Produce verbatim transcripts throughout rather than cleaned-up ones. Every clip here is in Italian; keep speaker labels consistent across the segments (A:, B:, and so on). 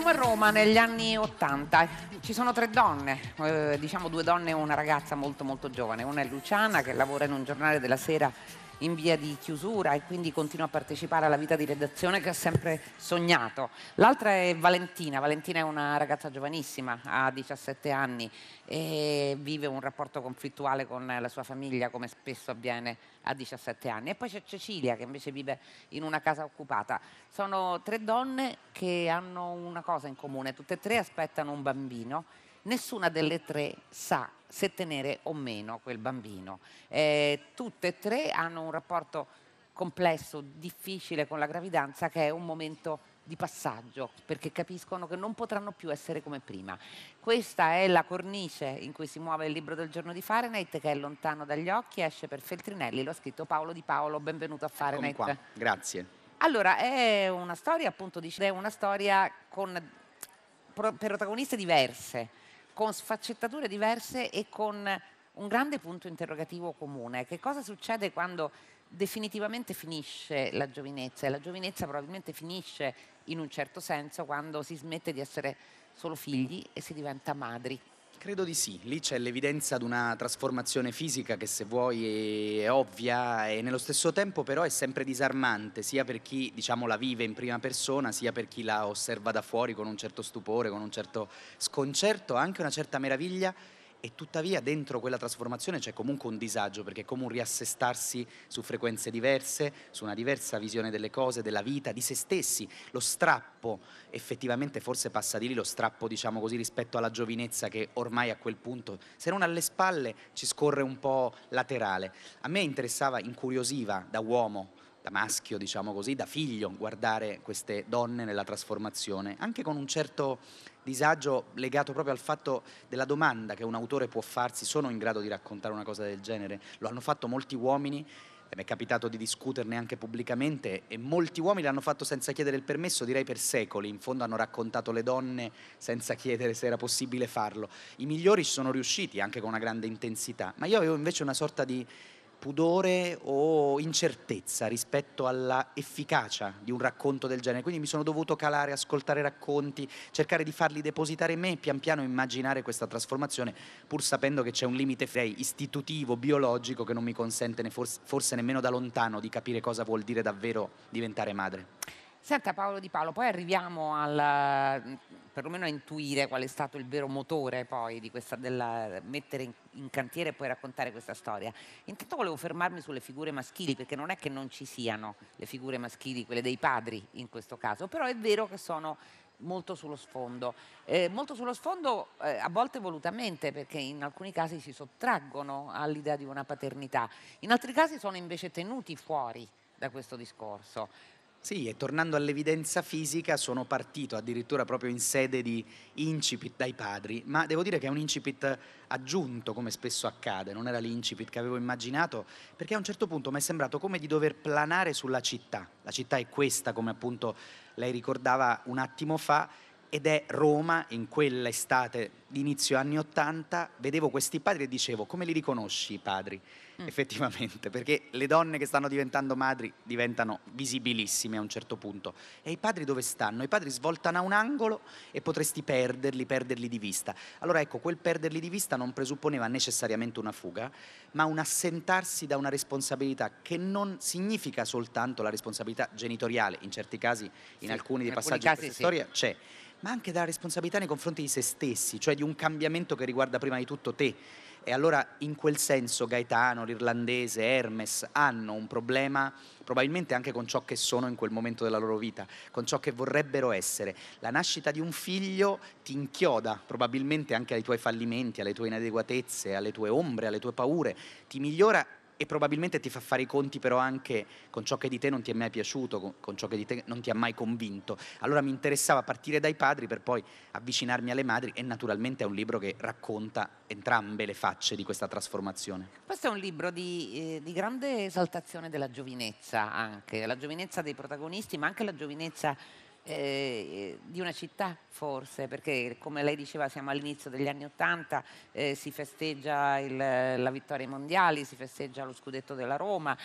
A: Siamo a Roma negli anni ottanta, ci sono tre donne, eh, diciamo due donne e una ragazza molto molto giovane. Una è Luciana, che lavora in un giornale della sera in via di chiusura e quindi continua a partecipare alla vita di redazione che ha sempre sognato. L'altra è Valentina. Valentina è una ragazza giovanissima, ha diciassette anni e vive un rapporto conflittuale con la sua famiglia, come spesso avviene a diciassette anni. E poi c'è Cecilia, che invece vive in una casa occupata. Sono tre donne che hanno una cosa in comune: tutte e tre aspettano un bambino. Nessuna delle tre sa se tenere o meno quel bambino. Eh, tutte e tre hanno un rapporto complesso, difficile con la gravidanza, che è un momento di passaggio, perché capiscono che non potranno più essere come prima. Questa è la cornice in cui si muove il libro del giorno di Fahrenheit, che è Lontano dagli occhi, esce per Feltrinelli, lo ha scritto Paolo Di Paolo. Benvenuto a
B: Eccomi
A: Fahrenheit.
B: qua, grazie.
A: Allora, è una storia, appunto, dice, è una storia con pro- protagoniste diverse, con sfaccettature diverse e con un grande punto interrogativo comune. Che cosa succede quando definitivamente finisce la giovinezza? E la giovinezza probabilmente finisce in un certo senso quando si smette di essere solo figli e si diventa madri.
B: Credo di sì, lì c'è l'evidenza di una trasformazione fisica che, se vuoi, è ovvia e nello stesso tempo però è sempre disarmante, sia per chi, diciamo, la vive in prima persona, sia per chi la osserva da fuori con un certo stupore, con un certo sconcerto, anche una certa meraviglia. E tuttavia dentro quella trasformazione c'è comunque un disagio, perché è come un riassestarsi su frequenze diverse, su una diversa visione delle cose, della vita, di se stessi. Lo strappo, effettivamente forse passa di lì lo strappo, diciamo così, rispetto alla giovinezza, che ormai a quel punto, se non alle spalle, ci scorre un po' laterale. A me interessava, incuriosiva da uomo, da maschio, diciamo così, da figlio, guardare queste donne nella trasformazione, anche con un certo disagio legato proprio al fatto della domanda che un autore può farsi: sono in grado di raccontare una cosa del genere? Lo hanno fatto molti uomini, mi è capitato di discuterne anche pubblicamente, e molti uomini l'hanno fatto senza chiedere il permesso, direi per secoli. In fondo hanno raccontato le donne senza chiedere se era possibile farlo. I migliori ci sono riusciti, anche con una grande intensità, ma io avevo invece una sorta di pudore o incertezza rispetto alla efficacia di un racconto del genere, quindi mi sono dovuto calare, ascoltare racconti, cercare di farli depositare in me e pian piano immaginare questa trasformazione, pur sapendo che c'è un limite istitutivo, biologico, che non mi consente ne forse, forse nemmeno da lontano di capire cosa vuol dire davvero diventare madre.
A: Senta Paolo Di Paolo, poi arriviamo al, perlomeno a intuire qual è stato il vero motore poi di questa, della mettere in, in cantiere e poi raccontare questa storia. Intanto volevo fermarmi sulle figure maschili, perché non è che non ci siano le figure maschili, quelle dei padri in questo caso, però è vero che sono molto sullo sfondo, eh, molto sullo sfondo eh, a volte volutamente, perché in alcuni casi si sottraggono all'idea di una paternità, in altri casi sono invece tenuti fuori da questo discorso.
B: Sì, e tornando all'evidenza fisica, sono partito addirittura proprio in sede di incipit dai padri, ma devo dire che è un incipit aggiunto, come spesso accade, non era l'incipit che avevo immaginato, perché a un certo punto mi è sembrato come di dover planare sulla città. La città è questa, come appunto lei ricordava un attimo fa, ed è Roma. In quell'estate di inizio anni ottanta vedevo questi padri e dicevo: come li riconosci i padri?
A: Mm.
B: Effettivamente, perché le donne che stanno diventando madri diventano visibilissime a un certo punto, e i padri dove stanno? I padri svoltano a un angolo e potresti perderli, perderli di vista. Allora ecco, quel perderli di vista non presupponeva necessariamente una fuga, ma un assentarsi da una responsabilità che non significa soltanto la responsabilità genitoriale, in certi casi, in
A: Sì,
B: alcuni dei
A: in alcuni
B: passaggi di
A: casi
B: questa
A: sì.
B: storia c'è, ma anche dalla responsabilità nei confronti di se stessi, cioè di un cambiamento che riguarda prima di tutto te. E allora in quel senso Gaetano, l'irlandese, Hermes hanno un problema probabilmente anche con ciò che sono in quel momento della loro vita, con ciò che vorrebbero essere. La nascita di un figlio ti inchioda probabilmente anche ai tuoi fallimenti, alle tue inadeguatezze, alle tue ombre, alle tue paure, ti migliora e probabilmente ti fa fare i conti però anche con ciò che di te non ti è mai piaciuto, con, con ciò che di te non ti ha mai convinto. Allora mi interessava partire dai padri per poi avvicinarmi alle madri, e naturalmente è un libro che racconta entrambe le facce di questa trasformazione.
A: Questo è un libro di, eh, di grande esaltazione della giovinezza, anche la giovinezza dei protagonisti, ma anche la giovinezza Eh, di una città forse, perché come lei diceva siamo all'inizio degli anni Ottanta, eh, si festeggia il- la vittoria ai mondiali, si festeggia lo scudetto della Roma,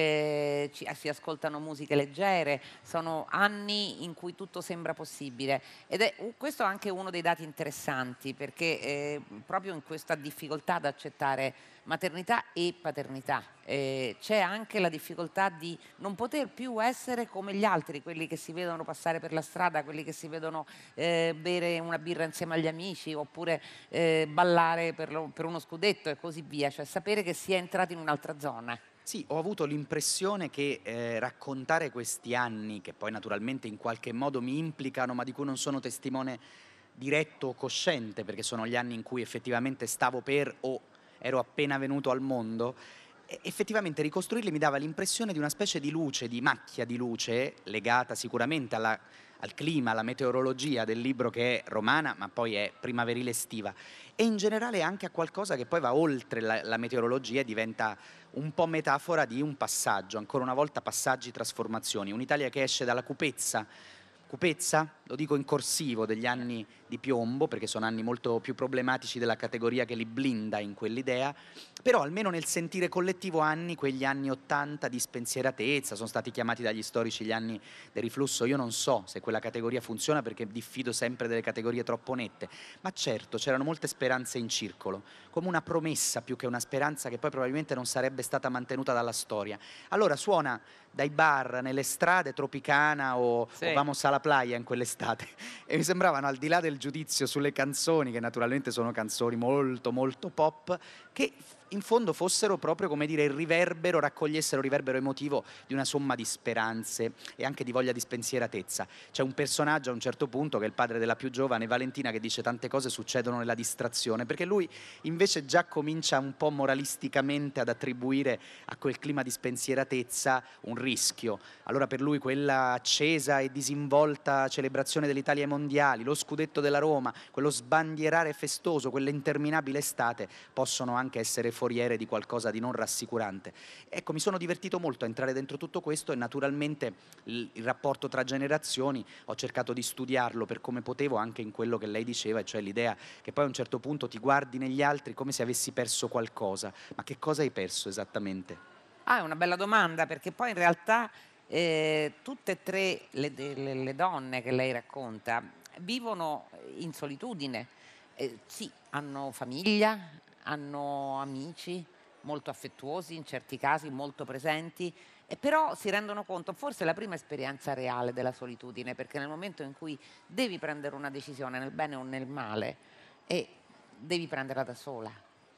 A: eh, ci- si ascoltano musiche leggere, sono anni in cui tutto sembra possibile ed è u- questo è anche uno dei dati interessanti perché eh, proprio in questa difficoltà ad accettare maternità e paternità eh, c'è anche la difficoltà di non poter più essere come gli altri, quelli che si vedono passare per la strada, quelli che si vedono eh, bere una birra insieme agli amici oppure eh, ballare per, lo- per uno scudetto e così via, cioè sapere che si è entrati in un'altra zona.
B: Sì, ho avuto l'impressione che eh, raccontare questi anni, che poi naturalmente in qualche modo mi implicano, ma di cui non sono testimone diretto o cosciente, perché sono gli anni in cui effettivamente stavo per o ero appena venuto al mondo, e- effettivamente ricostruirli mi dava l'impressione di una specie di luce, di macchia di luce, legata sicuramente alla- al clima, alla meteorologia del libro che è romana, ma poi è primaverile estiva, e in generale anche a qualcosa che poi va oltre la, la meteorologia e diventa un po' metafora di un passaggio, ancora una volta passaggi, trasformazioni, un'Italia che esce dalla cupezza, cupezza, lo dico in corsivo, degli anni di piombo, perché sono anni molto più problematici della categoria che li blinda in quell'idea, però almeno nel sentire collettivo anni, quegli anni ottanta di spensieratezza, sono stati chiamati dagli storici gli anni del riflusso, io non so se quella categoria funziona perché diffido sempre delle categorie troppo nette, ma certo c'erano molte speranze in circolo, come una promessa più che una speranza che poi probabilmente non sarebbe stata mantenuta dalla storia. Allora suona dai bar, nelle strade, Tropicana o, o
A: Sì.
B: Vamos a la Playa in quell'estate e mi sembravano, al di là del giudizio sulle canzoni, che naturalmente sono canzoni molto molto pop, che in fondo fossero proprio, come dire, il riverbero, raccogliessero il riverbero emotivo di una somma di speranze e anche di voglia di spensieratezza. C'è un personaggio a un certo punto che è il padre della più giovane, Valentina, che dice tante cose succedono nella distrazione, perché lui invece già comincia un po' moralisticamente ad attribuire a quel clima di spensieratezza un rischio. Allora per lui quella accesa e disinvolta celebrazione dell'Italia ai mondiali, lo scudetto della Roma, quello sbandierare festoso, quell'interminabile estate, possono anche essere foriere di qualcosa di non rassicurante. Ecco, mi sono divertito molto a entrare dentro tutto questo e naturalmente il, il rapporto tra generazioni ho cercato di studiarlo per come potevo anche in quello che lei diceva, e cioè l'idea che poi a un certo punto ti guardi negli altri come se avessi perso qualcosa. Ma che cosa hai perso esattamente?
A: Ah, è una bella domanda perché poi in realtà eh, tutte e tre le, le- le donne che lei racconta vivono in solitudine. Eh, sì, hanno famiglia, hanno amici molto affettuosi, in certi casi molto presenti, e però si rendono conto, forse è la prima esperienza reale della solitudine, perché nel momento in cui devi prendere una decisione nel bene o nel male, e devi prenderla da sola.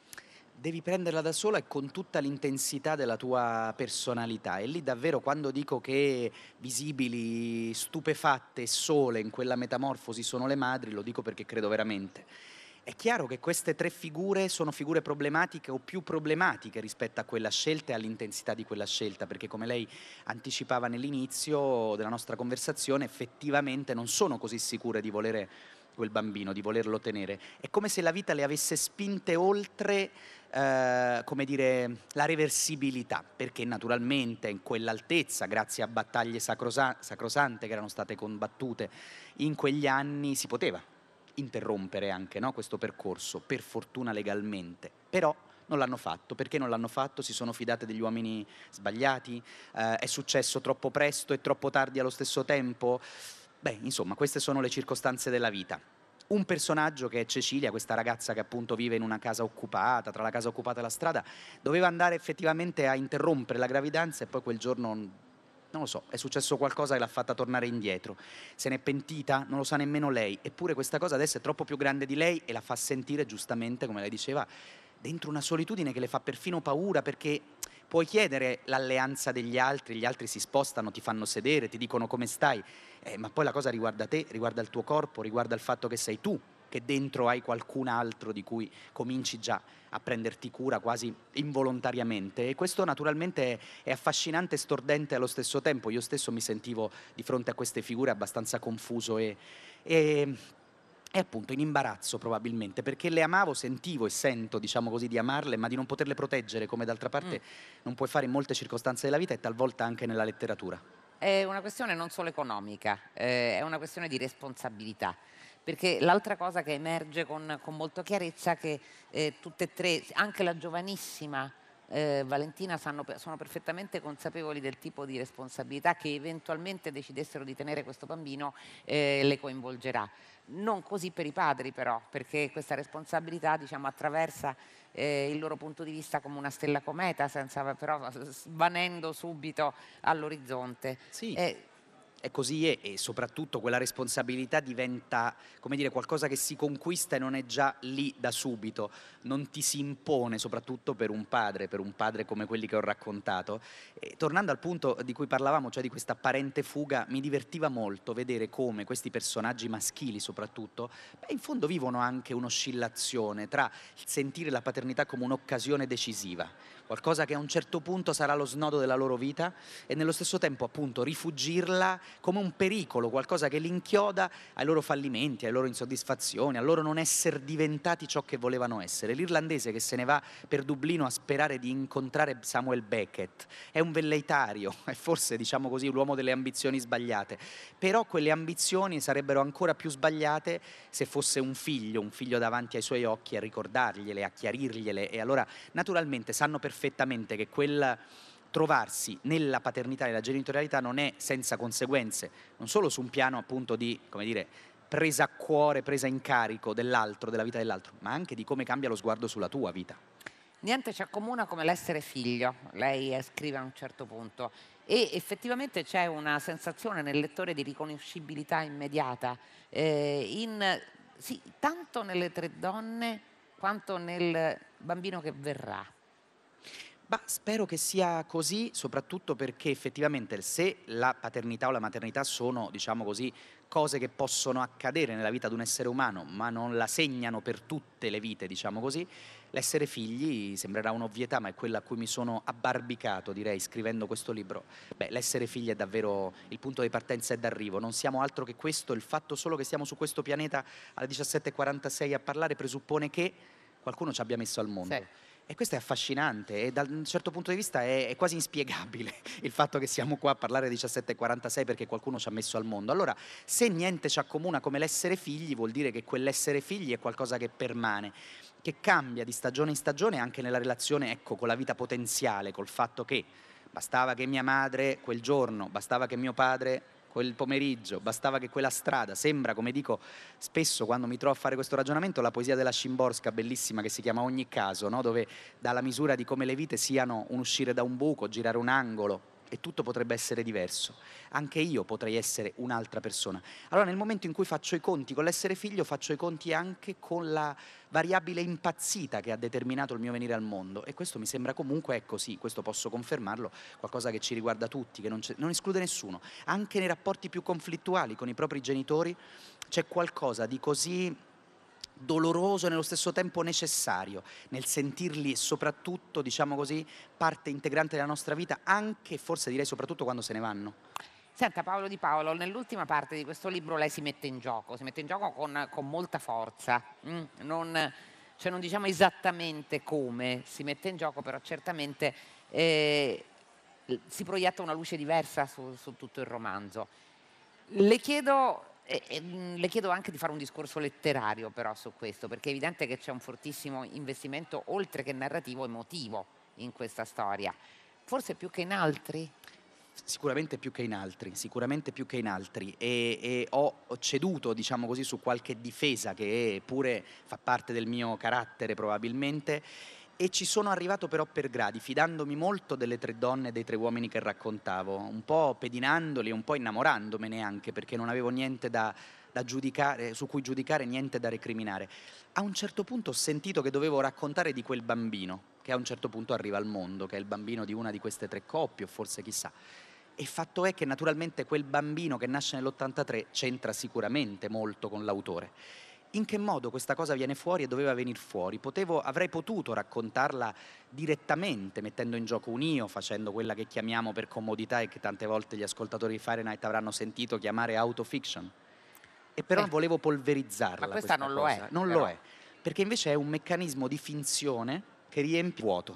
B: Devi prenderla da sola e con tutta l'intensità della tua personalità. E lì davvero, quando dico che visibili, stupefatte e sole in quella metamorfosi sono le madri, lo dico perché credo veramente. È chiaro che queste tre figure sono figure problematiche o più problematiche rispetto a quella scelta e all'intensità di quella scelta, perché come lei anticipava nell'inizio della nostra conversazione, effettivamente non sono così sicure di volere quel bambino, di volerlo tenere. È come se la vita le avesse spinte oltre, eh, come dire, la reversibilità, perché naturalmente in quell'altezza, grazie a battaglie sacrosa- sacrosante che erano state combattute in quegli anni, si poteva interrompere anche, no, questo percorso, per fortuna legalmente. Però non l'hanno fatto. Perché non l'hanno fatto? Si sono fidate degli uomini sbagliati? Eh, è successo troppo presto e troppo tardi allo stesso tempo? Beh, insomma, queste sono le circostanze della vita. Un personaggio che è Cecilia, questa ragazza che appunto vive in una casa occupata, tra la casa occupata e la strada, doveva andare effettivamente a interrompere la gravidanza e poi quel giorno, non lo so, è successo qualcosa che l'ha fatta tornare indietro. Se n'è pentita, non lo sa nemmeno lei, eppure questa cosa adesso è troppo più grande di lei e la fa sentire giustamente, come lei diceva, dentro una solitudine che le fa perfino paura, perché puoi chiedere l'alleanza degli altri, gli altri si spostano, ti fanno sedere, ti dicono come stai, eh, ma poi la cosa riguarda te, riguarda il tuo corpo, riguarda il fatto che sei tu, che dentro hai qualcun altro di cui cominci già a prenderti cura quasi involontariamente, e questo naturalmente è, è affascinante e stordente allo stesso tempo. Io stesso mi sentivo di fronte a queste figure abbastanza confuso e, e e appunto in imbarazzo probabilmente, perché le amavo, sentivo e sento, diciamo così, di amarle, ma di non poterle proteggere, come d'altra
A: Mm.
B: parte non puoi fare in molte circostanze della vita e talvolta anche nella letteratura.
A: È una questione non solo economica, eh, è una questione di responsabilità. Perché l'altra cosa che emerge con, con molta chiarezza è che eh, tutte e tre, anche la giovanissima eh, Valentina, sanno, sono perfettamente consapevoli del tipo di responsabilità che eventualmente decidessero di tenere questo bambino eh, le coinvolgerà. Non così per i padri però, perché questa responsabilità, diciamo, attraversa eh, il loro punto di vista come una stella cometa, senza però svanendo subito all'orizzonte.
B: Sì.
A: Eh,
B: È così è, e soprattutto quella responsabilità diventa, come dire, qualcosa che si conquista e non è già lì da subito, non ti si impone, soprattutto per un padre, per un padre come quelli che ho raccontato. E tornando al punto di cui parlavamo, cioè di questa apparente fuga, mi divertiva molto vedere come questi personaggi maschili soprattutto, beh, in fondo vivono anche un'oscillazione tra il sentire la paternità come un'occasione decisiva, qualcosa che a un certo punto sarà lo snodo della loro vita, e nello stesso tempo appunto rifugirla come un pericolo, qualcosa che li inchioda ai loro fallimenti, alle loro insoddisfazioni, a loro non essere diventati ciò che volevano essere. L'irlandese che se ne va per Dublino a sperare di incontrare Samuel Beckett è un velleitario, è forse, diciamo così, l'uomo delle ambizioni sbagliate, però quelle ambizioni sarebbero ancora più sbagliate se fosse un figlio, un figlio davanti ai suoi occhi a ricordargliele, a chiarirgliele, e allora naturalmente sanno perfettamente che quel trovarsi nella paternità e nella genitorialità non è senza conseguenze, non solo su un piano appunto di, come dire, presa a cuore, presa in carico dell'altro, della vita dell'altro, ma anche di come cambia lo sguardo sulla tua vita.
A: Niente ci accomuna come l'essere figlio, lei eh, scrive a un certo punto, e effettivamente c'è una sensazione nel lettore di riconoscibilità immediata, eh, in, sì, tanto nelle tre donne quanto nel bambino che verrà.
B: Bah, spero che sia così, soprattutto perché effettivamente se la paternità o la maternità sono, diciamo così, cose che possono accadere nella vita di un essere umano, ma non la segnano per tutte le vite, diciamo così, l'essere figli sembrerà un'ovvietà, ma è quella a cui mi sono abbarbicato, direi, scrivendo questo libro. Beh, l'essere figli è davvero il punto di partenza e d'arrivo, non siamo altro che questo, il fatto solo che siamo su questo pianeta alle diciassette e quarantasei a parlare presuppone che qualcuno ci abbia messo al
A: Sì.
B: mondo. E questo è affascinante e da un certo punto di vista è, è quasi inspiegabile il fatto che siamo qua a parlare alle diciassette e quarantasei perché qualcuno ci ha messo al mondo. Allora, se niente ci accomuna come l'essere figli, vuol dire che quell'essere figli è qualcosa che permane, che cambia di stagione in stagione anche nella relazione, ecco, con la vita potenziale, col fatto che bastava che mia madre quel giorno, bastava che mio padre quel pomeriggio, bastava che quella strada, sembra, come dico spesso quando mi trovo a fare questo ragionamento, la poesia della Szymborska, bellissima, che si chiama Ogni caso, no? Dove dà la misura di come le vite siano un uscire da un buco, girare un angolo, e tutto potrebbe essere diverso. Anche io potrei essere un'altra persona. Allora nel momento in cui faccio i conti con l'essere figlio, faccio i conti anche con la variabile impazzita che ha determinato il mio venire al mondo, e questo mi sembra comunque, ecco sì, questo posso confermarlo, qualcosa che ci riguarda tutti, che non, non esclude nessuno. Anche nei rapporti più conflittuali con i propri genitori c'è qualcosa di così doloroso e nello stesso tempo necessario nel sentirli soprattutto, diciamo così, parte integrante della nostra vita, anche forse direi soprattutto quando se ne vanno.
A: Senta Paolo Di Paolo, nell'ultima parte di questo libro lei si mette in gioco, si mette in gioco con, con molta forza, mm, non, cioè non diciamo esattamente come si mette in gioco, però certamente eh, si proietta una luce diversa su, su tutto il romanzo. Le chiedo, e, e, mh, le chiedo anche di fare un discorso letterario però su questo, perché è evidente che c'è un fortissimo investimento, oltre che narrativo, emotivo in questa storia, forse più che in altri.
B: Sicuramente più che in altri, sicuramente più che in altri, e, e ho ceduto, diciamo così, su qualche difesa che pure fa parte del mio carattere probabilmente, e ci sono arrivato però per gradi, fidandomi molto delle tre donne e dei tre uomini che raccontavo, un po' pedinandoli, un po' innamorandomene anche, perché non avevo niente da, da giudicare, su cui giudicare, niente da recriminare. A un certo punto ho sentito che dovevo raccontare di quel bambino, che a un certo punto arriva al mondo, che è il bambino di una di queste tre coppie, o forse chissà. E fatto è che naturalmente quel bambino che nasce nell'ottantatré c'entra sicuramente molto con l'autore. In che modo questa cosa viene fuori e doveva venire fuori? Potevo, avrei potuto raccontarla direttamente, mettendo in gioco un io, facendo quella che chiamiamo per comodità, e che tante volte gli ascoltatori di Fahrenheit avranno sentito chiamare autofiction. E però
A: Sì.
B: volevo
A: Ma
B: polverizzarla
A: questa
B: questa
A: non lo è,
B: cosa. Non lo
A: però.
B: è, perché invece è un meccanismo di finzione che riempie il vuoto.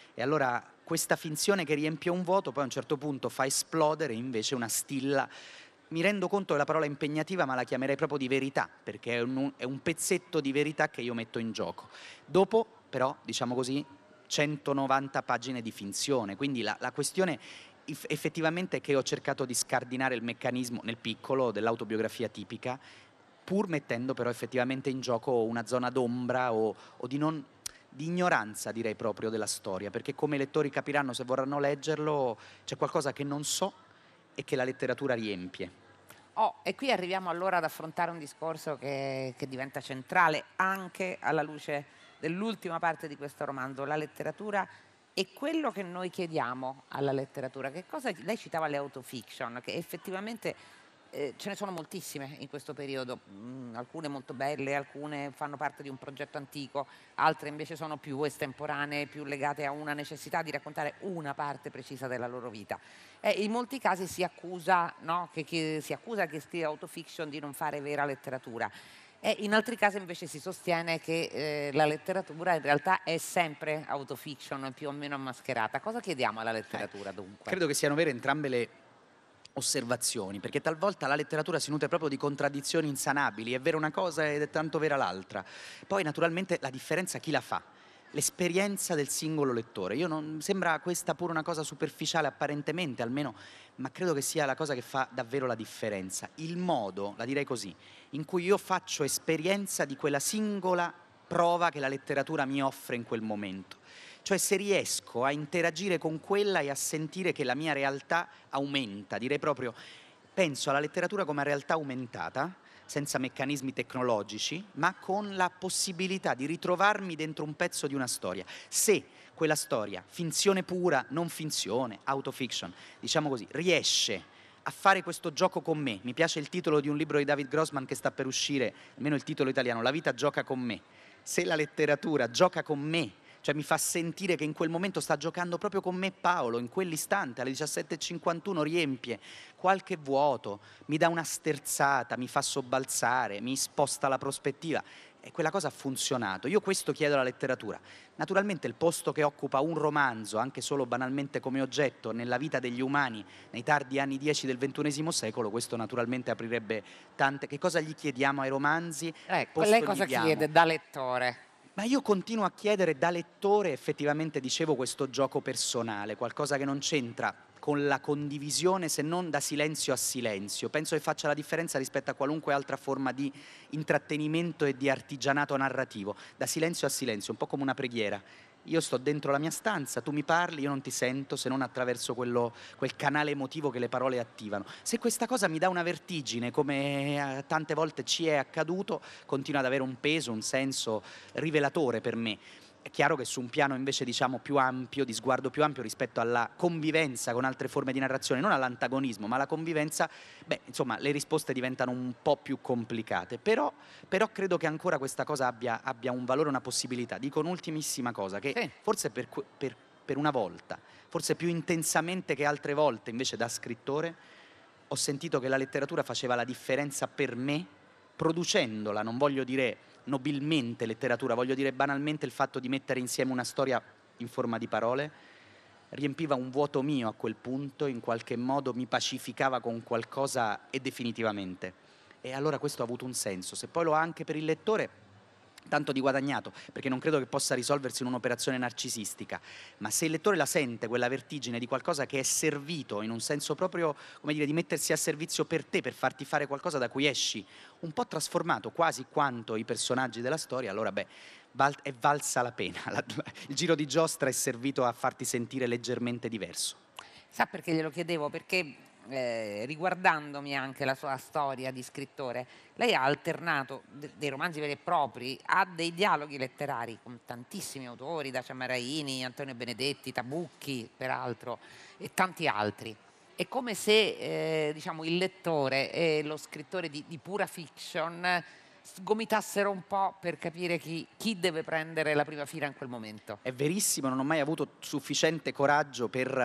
B: E allora questa finzione che riempie un vuoto poi a un certo punto fa esplodere invece una stilla. Mi rendo conto che la parola è impegnativa, ma la chiamerei proprio di verità, perché è un, è un pezzetto di verità che io metto in gioco. Dopo, però, diciamo così, centonovanta pagine di finzione, quindi la, la questione effettivamente è che ho cercato di scardinare il meccanismo nel piccolo dell'autobiografia tipica, pur mettendo però effettivamente in gioco una zona d'ombra o, o di non di ignoranza, direi proprio, della storia, perché come i lettori capiranno se vorranno leggerlo, c'è qualcosa che non so e che la letteratura riempie.
A: Oh, e qui arriviamo allora ad affrontare un discorso che, che diventa centrale anche alla luce dell'ultima parte di questo romanzo, la letteratura e quello che noi chiediamo alla letteratura. Che cosa, lei citava le autofiction, che effettivamente eh, ce ne sono moltissime in questo periodo, mm, alcune molto belle, alcune fanno parte di un progetto antico, altre invece sono più estemporanee, più legate a una necessità di raccontare una parte precisa della loro vita. E in molti casi si accusa, no, che, che si accusa chi scrive autofiction di non fare vera letteratura. E in altri casi invece si sostiene che eh, la letteratura in realtà è sempre autofiction, più o meno mascherata. Cosa chiediamo alla letteratura dunque?
B: Credo che siano vere entrambe le osservazioni, perché talvolta la letteratura si nutre proprio di contraddizioni insanabili, è vera una cosa ed è tanto vera l'altra. Poi naturalmente la differenza chi la fa? L'esperienza del singolo lettore. Io non sembra questa pure una cosa superficiale apparentemente almeno, ma credo che sia la cosa che fa davvero la differenza. Il modo, la direi così, in cui io faccio esperienza di quella singola prova che la letteratura mi offre in quel momento. Cioè se riesco a interagire con quella e a sentire che la mia realtà aumenta, direi proprio, penso alla letteratura come a realtà aumentata, senza meccanismi tecnologici, ma con la possibilità di ritrovarmi dentro un pezzo di una storia. Se quella storia, finzione pura, non finzione, autofiction, diciamo così, riesce a fare questo gioco con me, mi piace il titolo di un libro di David Grossman che sta per uscire, almeno il titolo italiano, La vita gioca con me. Se la letteratura gioca con me, cioè mi fa sentire che in quel momento sta giocando proprio con me Paolo, in quell'istante alle diciassette e cinquantuno riempie qualche vuoto, mi dà una sterzata, mi fa sobbalzare, mi sposta la prospettiva e quella cosa ha funzionato. Io questo chiedo alla letteratura. Naturalmente il posto che occupa un romanzo, anche solo banalmente come oggetto, nella vita degli umani nei tardi anni dieci del ventunesimo secolo, questo naturalmente aprirebbe tante... Che cosa gli chiediamo ai romanzi?
A: Ecco, lei cosa chiede da lettore?
B: Ma io continuo a chiedere da lettore, effettivamente dicevo, questo gioco personale, qualcosa che non c'entra con la condivisione se non da silenzio a silenzio. Penso che faccia la differenza rispetto a qualunque altra forma di intrattenimento e di artigianato narrativo, da silenzio a silenzio, un po' come una preghiera. Io sto dentro la mia stanza, tu mi parli, io non ti sento se non attraverso quello, quel canale emotivo che le parole attivano. Se questa cosa mi dà una vertigine, come tante volte ci è accaduto, continua ad avere un peso, un senso rivelatore per me. È chiaro che su un piano invece diciamo più ampio, di sguardo più ampio rispetto alla convivenza con altre forme di narrazione, non all'antagonismo, ma alla convivenza, beh, insomma, le risposte diventano un po' più complicate. Però, però credo che ancora questa cosa abbia, abbia un valore, una possibilità. Dico un'ultimissima cosa, che
A: Sì.
B: forse per, per, per una volta, forse più intensamente che altre volte invece da scrittore, ho sentito che la letteratura faceva la differenza per me, producendola, non voglio dire nobilmente letteratura, voglio dire banalmente il fatto di mettere insieme una storia in forma di parole, riempiva un vuoto mio a quel punto, in qualche modo mi pacificava con qualcosa e definitivamente. E allora questo ha avuto un senso. Se poi lo ha anche per il lettore, tanto di guadagnato, perché non credo che possa risolversi in un'operazione narcisistica, ma se il lettore la sente, quella vertigine di qualcosa che è servito in un senso proprio, come dire, di mettersi a servizio per te, per farti fare qualcosa da cui esci un po' trasformato, quasi quanto i personaggi della storia, allora beh, val- è valsa la pena. La- il giro di giostra è servito a farti sentire leggermente diverso.
A: Sa perché glielo chiedevo? Perché eh, riguardandomi anche la sua storia di scrittore, lei ha alternato de- dei romanzi veri e propri a dei dialoghi letterari con tantissimi autori, da Ciamaraini, Antonio Benedetti, Tabucchi, peraltro, e tanti altri. È come se eh, diciamo, il lettore e lo scrittore di, di pura fiction sgomitassero un po' per capire chi, chi deve prendere la prima fila in quel momento.
B: È verissimo, non ho mai avuto sufficiente coraggio per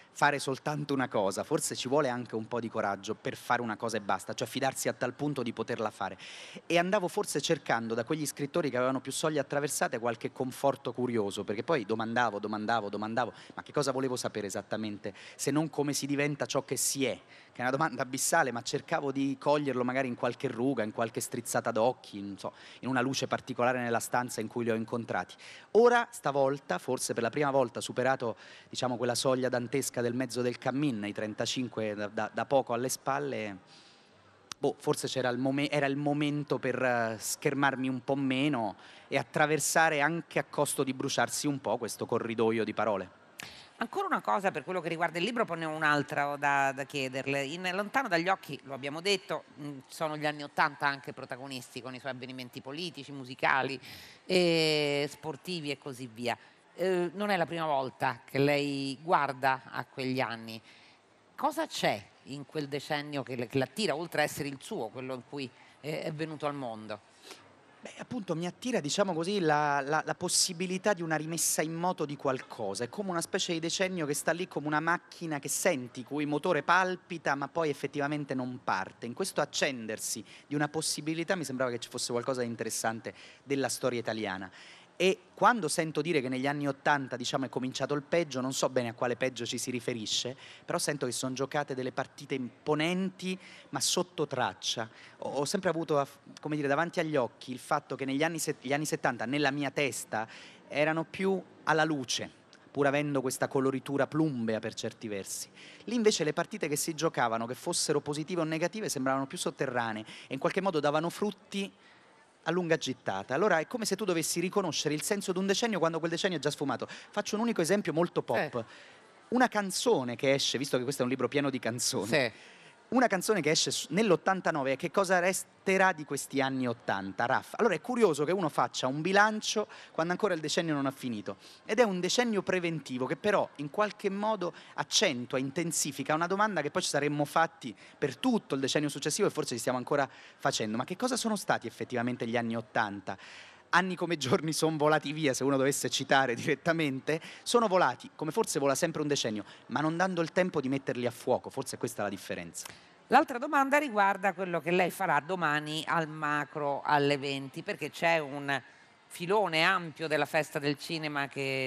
B: fare soltanto una cosa, forse ci vuole anche un po' di coraggio per fare una cosa e basta, cioè fidarsi a tal punto di poterla fare. E andavo forse cercando da quegli scrittori che avevano più soglie attraversate qualche conforto curioso, perché poi domandavo, domandavo, domandavo, ma che cosa volevo sapere esattamente, se non come si diventa ciò che si è, che è una domanda abissale, ma cercavo di coglierlo magari in qualche ruga, in qualche strizzata d'occhi, non so, in una luce particolare nella stanza in cui li ho incontrati. Ora, stavolta, forse per la prima volta, superato diciamo quella soglia dantesca del mezzo del cammin, i trentacinque da, da, da poco alle spalle, boh, forse c'era il mom- era il momento per uh, schermarmi un po' meno e attraversare anche a costo di bruciarsi un po' questo corridoio di parole.
A: Ancora una cosa per quello che riguarda il libro, poi ne ho un'altra da, da chiederle. In Lontano dagli occhi, lo abbiamo detto, mh, sono gli anni Ottanta anche protagonisti con i suoi avvenimenti politici, musicali, e sportivi e così via. Eh, non è la prima volta che lei guarda a quegli anni. Cosa c'è in quel decennio che, le- che l'attira, oltre a essere il suo, quello in cui eh, è venuto al mondo?
B: Beh, appunto mi attira, diciamo così, la, la- la possibilità di una rimessa in moto di qualcosa. È come una specie di decennio che sta lì come una macchina che senti, cui il motore palpita, ma poi effettivamente non parte. In questo accendersi di una possibilità mi sembrava che ci fosse qualcosa di interessante della storia italiana. E quando sento dire che negli anni Ottanta, diciamo, è cominciato il peggio, non so bene a quale peggio ci si riferisce, però sento che sono giocate delle partite imponenti, ma sotto traccia. Ho, ho sempre avuto, come dire, davanti agli occhi il fatto che negli anni, gli anni settanta, nella mia testa, erano più alla luce, pur avendo questa coloritura plumbea per certi versi. Lì invece le partite che si giocavano, che fossero positive o negative, sembravano più sotterranee e in qualche modo davano frutti a lunga gittata. Allora è come se tu dovessi riconoscere il senso di un decennio quando quel decennio è già sfumato. Faccio un unico esempio molto
A: Sì,
B: pop. Una canzone che esce, visto che questo è un libro pieno di canzoni,
A: sì.
B: una canzone che esce nell'ottantanove è Che cosa resterà di questi anni ottanta, Raff. Allora è curioso che uno faccia un bilancio quando ancora il decennio non ha finito. Ed è un decennio preventivo che però in qualche modo accentua, intensifica una domanda che poi ci saremmo fatti per tutto il decennio successivo e forse ci stiamo ancora facendo. Ma che cosa sono stati effettivamente gli anni ottanta? Anni come giorni sono volati via, se uno dovesse citare direttamente, sono volati, come forse vola sempre un decennio, ma non dando il tempo di metterli a fuoco, forse questa è la differenza.
A: L'altra domanda riguarda quello che lei farà domani al Macro alle venti, perché c'è un filone ampio della festa del cinema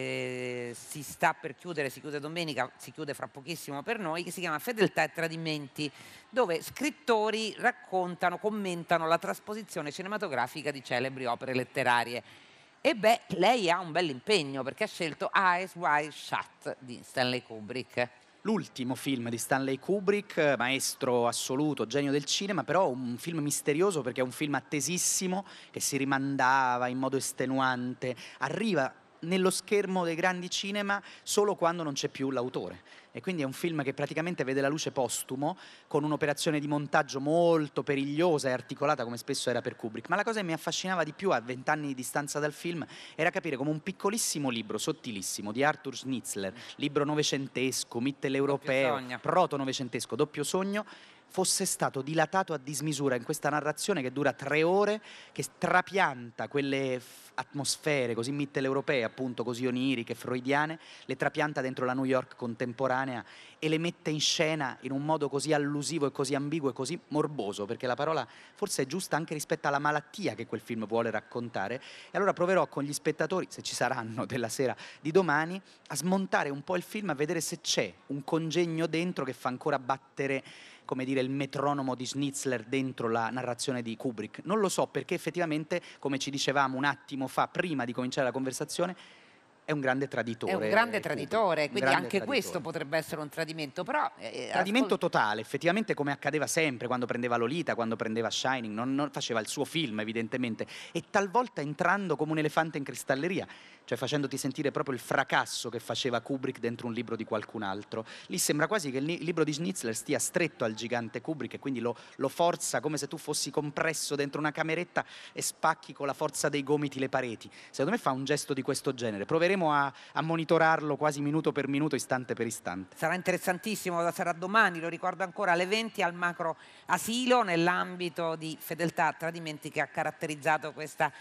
A: che si sta per chiudere, si chiude domenica, si chiude fra pochissimo per noi, che si chiama Fedeltà e Tradimenti, dove scrittori raccontano, commentano la trasposizione cinematografica di celebri opere letterarie. E beh, lei ha un bell'impegno perché ha scelto Eyes Wide Shut di Stanley Kubrick.
B: L'ultimo film di Stanley Kubrick, maestro assoluto, genio del cinema, però un film misterioso perché è un film attesissimo che si rimandava in modo estenuante, arriva nello schermo dei grandi cinema solo quando non c'è più l'autore. E quindi è un film che praticamente vede la luce postumo, con un'operazione di montaggio molto perigliosa e articolata come spesso era per Kubrick. Ma la cosa che mi affascinava di più a vent'anni di distanza dal film era capire come un piccolissimo libro, sottilissimo, di Arthur Schnitzler, libro novecentesco, mitteleuropeo, proto-novecentesco, doppio sogno, fosse stato dilatato a dismisura in questa narrazione che dura tre ore, che trapianta quelle atmosfere così mitteleuropee, appunto così oniriche, freudiane, le trapianta dentro la New York contemporanea e le mette in scena in un modo così allusivo e così ambiguo e così morboso, perché la parola forse è giusta anche rispetto alla malattia che quel film vuole raccontare. E allora proverò con gli spettatori, se ci saranno della sera di domani, a smontare un po' il film, a vedere se c'è un congegno dentro che fa ancora battere, come dire, il metronomo di Schnitzler dentro la narrazione di Kubrick. Non lo so, perché effettivamente, come ci dicevamo un attimo fa, prima di cominciare la conversazione, è un grande traditore.
A: È un grande
B: Kubrick,
A: traditore,
B: un
A: quindi
B: grande
A: anche
B: traditore.
A: questo potrebbe essere un tradimento, però... eh,
B: Tradimento
A: ascol-
B: totale, effettivamente, come accadeva sempre quando prendeva Lolita, quando prendeva Shining, non, non faceva il suo film evidentemente, e talvolta entrando come un elefante in cristalleria, cioè facendoti sentire proprio il fracasso che faceva Kubrick dentro un libro di qualcun altro. Lì sembra quasi che il, il libro di Schnitzler stia stretto al gigante Kubrick e quindi lo, lo forza come se tu fossi compresso dentro una cameretta e spacchi con la forza dei gomiti le pareti. Secondo me fa un gesto di questo genere. Proveremo a, a monitorarlo quasi minuto per minuto, istante per istante.
A: Sarà interessantissimo, sarà domani, lo ricordo ancora, alle venti al Macro Asilo, nell'ambito di Fedeltà Tradimenti che ha caratterizzato questa,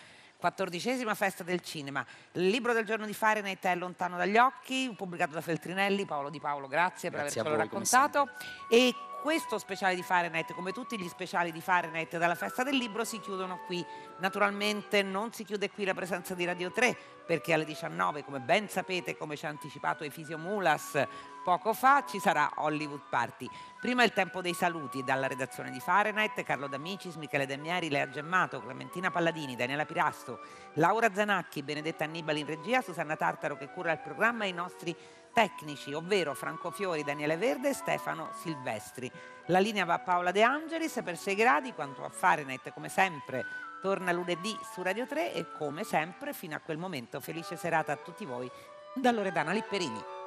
A: quattordicesima festa del cinema. Il libro del giorno di Fahrenheit è Lontano dagli occhi, pubblicato da Feltrinelli. Paolo Di Paolo, grazie,
B: Grazie
A: per
B: a
A: avercelo
B: voi, come
A: raccontato. E questo speciale di Fahrenheit, come tutti gli speciali di Fahrenheit dalla festa del libro, si chiudono qui. Naturalmente non si chiude qui la presenza di Radio tre, perché alle diciannove, come ben sapete, come ci ha anticipato Efisio Mulas poco fa, ci sarà Hollywood Party. Prima il tempo dei saluti dalla redazione di Fahrenheit: Carlo D'Amicis, Michele Demieri, Lea Gemmato, Clementina Palladini, Daniela Pirasto, Laura Zanacchi, Benedetta Annibali in regia, Susanna Tartaro che cura il programma e i nostri tecnici, ovvero Franco Fiori, Daniele Verde e Stefano Silvestri. La linea va a Paola De Angelis per sei gradi. Quanto a Fahrenheit, come sempre, torna lunedì su Radio tre e come sempre, fino a quel momento, felice serata a tutti voi da Loredana Lipperini.